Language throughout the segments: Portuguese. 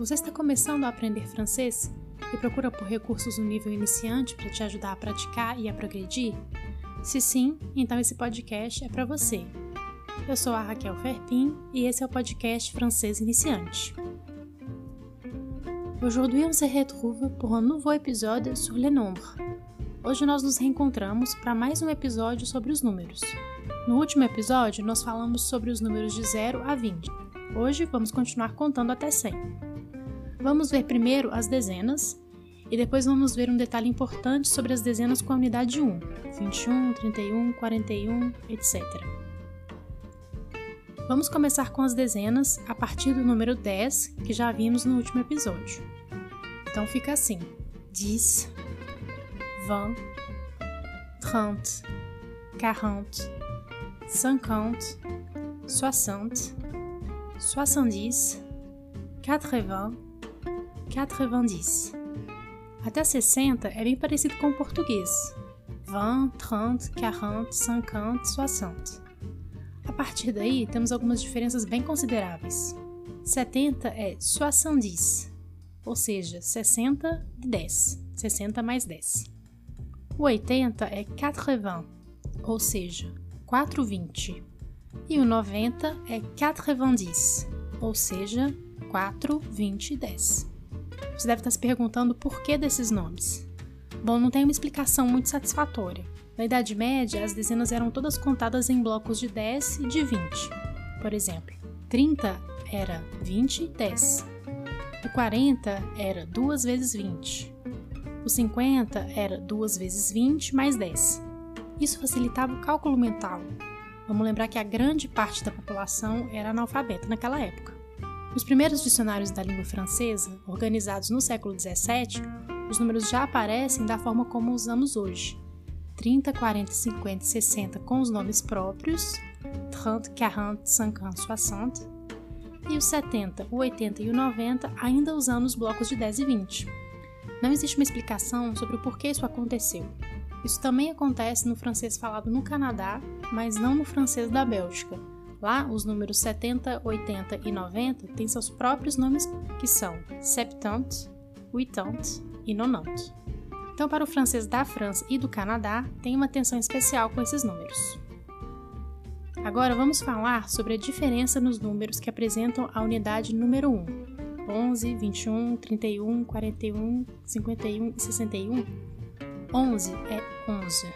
Você está começando a aprender francês e procura por recursos no nível iniciante para te ajudar a praticar e a progredir? Se sim, então esse podcast é para você. Eu sou a Raquel Ferpin e esse é o podcast Francês Iniciante. Aujourd'hui, on se retrouve pour un nouveau épisode sur les nombres. Hoje nós nos reencontramos para mais um episódio sobre os números. No último episódio, nós falamos sobre os números de 0 a 20. Hoje, vamos continuar contando até 100. Vamos ver primeiro as dezenas e depois vamos ver um detalhe importante sobre as dezenas com a unidade 1, 21, 31, 41, etc. Vamos começar com as dezenas a partir do número 10, que já vimos no último episódio. Então fica assim: 10, 20, 30, 40, 50, 60, 70, 80, 90. Até 60 é bem parecido com o português: 20, 30, 40, 50, 60. A partir daí, temos algumas diferenças bem consideráveis. 70 é 70, ou seja, 60 de 10, 60 mais 10. O 80 é 80, ou seja, 4,20. E o 90 é 90, ou seja, 4, 20 e 10. Você deve estar se perguntando por que desses nomes. Bom, não tem uma explicação muito satisfatória. Na Idade Média, as dezenas eram todas contadas em blocos de 10 e de 20. Por exemplo, 30 era 20, 10. O 40 era 2 vezes 20. O 50 era 2 vezes 20 mais 10. Isso facilitava o cálculo mental. Vamos lembrar que a grande parte da população era analfabeta naquela época. Nos primeiros dicionários da língua francesa, organizados no século XVII, os números já aparecem da forma como usamos hoje. 30, 40, 50 e 60 com os nomes próprios, 30, 40, 50, 60, e os 70, o 80 e o 90 ainda usando os blocos de 10 e 20. Não existe uma explicação sobre o porquê isso aconteceu. Isso também acontece no francês falado no Canadá, mas não no francês da Bélgica. Lá, os números 70, 80 e 90 têm seus próprios nomes, que são 70, 80 e 90. Então, para o francês da França e do Canadá, tem uma atenção especial com esses números. Agora, vamos falar sobre a diferença nos números que apresentam a unidade número 1. 11, 21, 31, 41, 51 e 61. 11 é 11.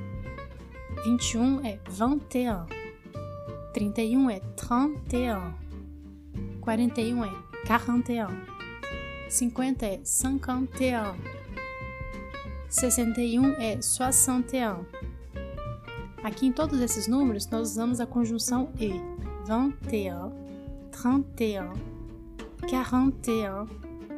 21 é 21. 31 é 31. 41 é 41. 50 é 51. 61 é 61. Aqui em todos esses números nós usamos a conjunção E. 21, 31, 41,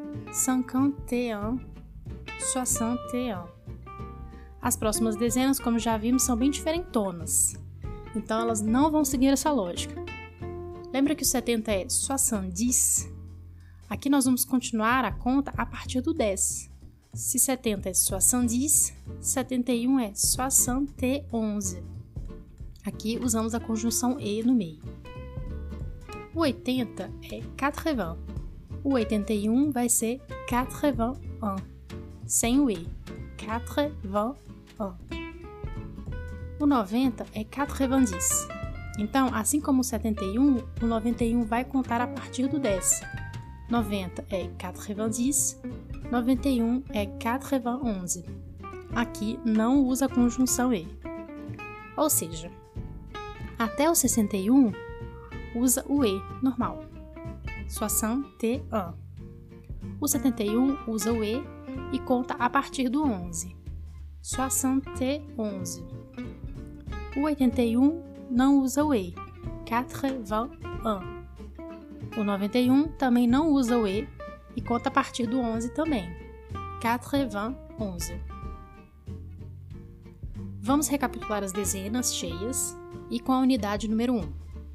51, 61. As próximas dezenas, como já vimos, são bem diferentonas. Então elas não vão seguir essa lógica. Lembra que o 70 é 70? Aqui nós vamos continuar a conta a partir do 10. Se 70 é 70, 71 é 71. Aqui usamos a conjunção E no meio. O 80 é 80. O 81 vai ser 81, sem o E. 81. O 90 é 90. Então, assim como o 71, o 91 vai contar a partir do 10. 90 é 90, 91 é 91. Aqui não usa a conjunção E. Ou seja, até o 61 usa o E normal. 61. O 71 usa o E e conta a partir do 11. 71. O 81 não usa o E. 81. O 91 também não usa o E e conta a partir do 11 também. 91. Vamos recapitular as dezenas cheias e com a unidade número 1.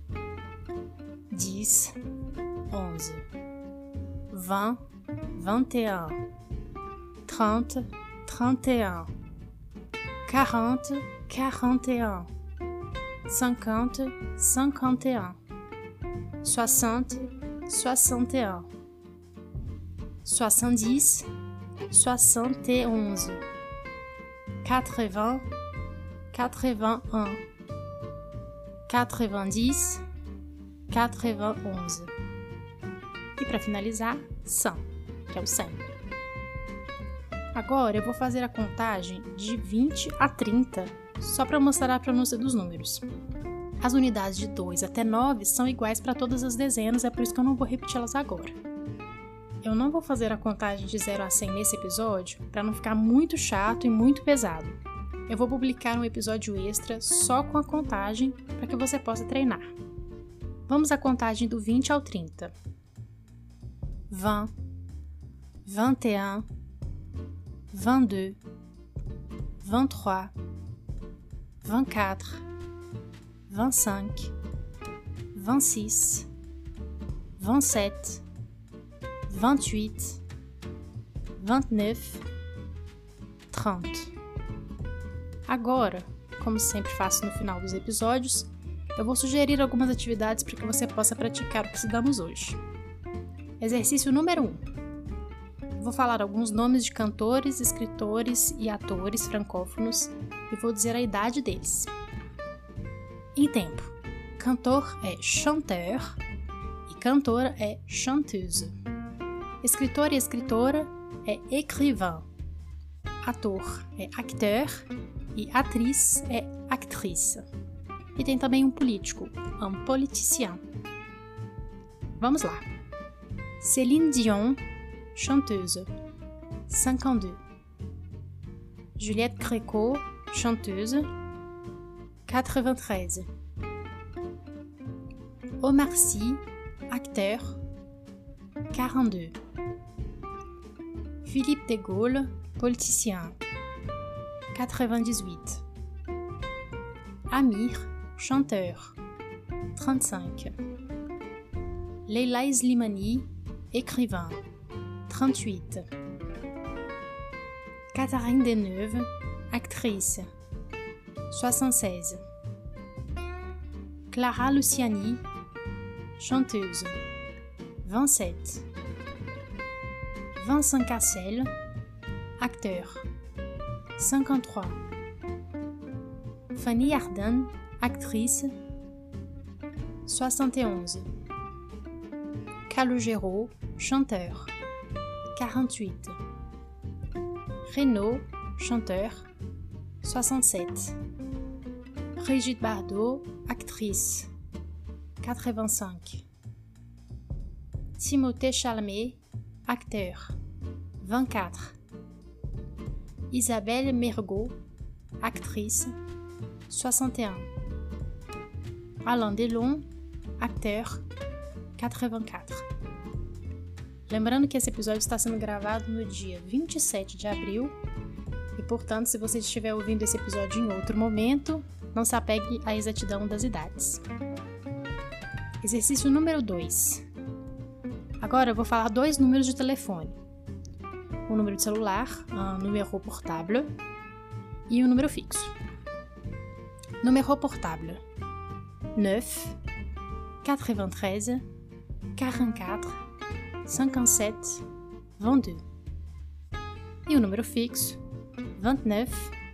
10, 11, 20, 21, 30, 31, 40, 41, 50, 51, 60, 61, 70, 71, 80, 81, 90, 91. E para finalizar, 100, que é o 100. Agora eu vou fazer a contagem de 20 a 30, só para mostrar a pronúncia dos números. As unidades de 2 até 9 são iguais para todas as dezenas, é por isso que eu não vou repeti-las agora. Eu não vou fazer a contagem de 0 a 100 nesse episódio, para não ficar muito chato e muito pesado. Eu vou publicar um episódio extra só com a contagem, para que você possa treinar. Vamos à contagem do 20 ao 30. 20, 21, 22, 23, 24, 25, 26, 27, 28, 29, 30. Agora, como sempre faço no final dos episódios, eu vou sugerir algumas atividades para que você possa praticar o que estudamos hoje. Exercício número 1. Vou falar alguns nomes de cantores, escritores e atores francófonos e vou dizer a idade deles. Em tempo, cantor é chanteur e cantora é chanteuse. Escritor e escritora é écrivain. Ator é acteur e atriz é actrice. E tem também um político, un politicien. Vamos lá. Céline Dion, chanteuse, 52. Juliette Gréco, chanteuse, 93. Omar Sy, acteur, 42. Philippe de Gaulle, politicien, 98. Amir, chanteur, 35. Leila Slimani, écrivain, 38. Catherine Deneuve, actrice, 76. Clara Luciani, chanteuse, 27. Vincent Cassel, acteur, 53. Fanny Ardern, actrice, 71. Calogero, chanteur, 48. Renaud, chanteur, 67. Brigitte Bardot, actrice, 85. Timothée Chalamet, acteur, 24. Isabelle Mergo, actrice, 61. Alain Delon, acteur, 84. Lembrando que esse episódio está sendo gravado no dia 27 de abril e, portanto, se você estiver ouvindo esse episódio em outro momento, não se apegue à exatidão das idades. Exercício número 2. Agora eu vou falar 2 números de telefone. O número de celular, numéro portable, e o número fixo. Numéro portable 9 93 44 57 22. E o número fixo 29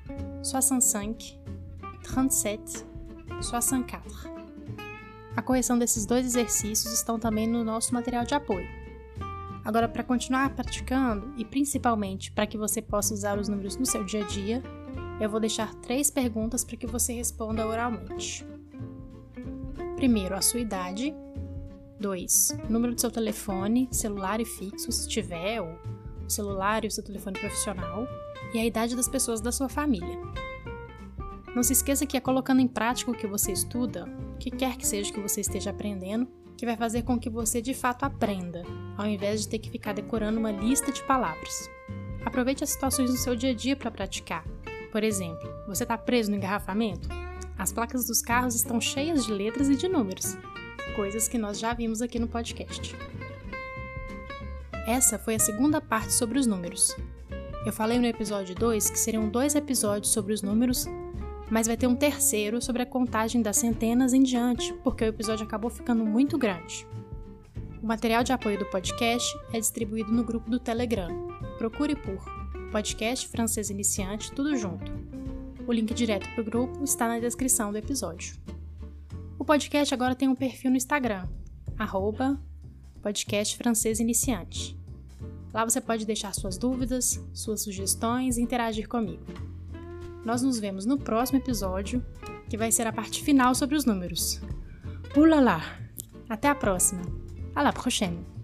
65 37 64. A correção desses 2 exercícios estão também no nosso material de apoio. Agora, para continuar praticando e principalmente para que você possa usar os números no seu dia a dia, eu vou deixar 3 perguntas para que você responda oralmente. Primeiro, a sua idade. 2, o número do seu telefone, celular e fixo, se tiver, ou o celular e o seu telefone profissional, e a idade das pessoas da sua família. Não se esqueça que é colocando em prática o que você estuda, o que quer que seja que você esteja aprendendo, que vai fazer com que você de fato aprenda, ao invés de ter que ficar decorando uma lista de palavras. Aproveite as situações no seu dia a dia para praticar. Por exemplo, você está preso no engarrafamento? As placas dos carros estão cheias de letras e de números, coisas que nós já vimos aqui no podcast. Essa foi a segunda parte sobre os números. Eu falei no episódio 2 que seriam 2 episódios sobre os números, mas vai ter um terceiro sobre a contagem das centenas em diante, porque o episódio acabou ficando muito grande. material de apoio do podcast é distribuído no grupo do Telegram. Procure por Podcast Francês Iniciante, tudo junto. O link direto para o grupo está na descrição do episódio. O podcast agora tem um perfil no Instagram, @Podcast Francês Iniciante. Lá você pode deixar suas dúvidas, suas sugestões e interagir comigo. Nós nos vemos no próximo episódio, que vai ser a parte final sobre os números. Ulala! Até a próxima! À la prochaine!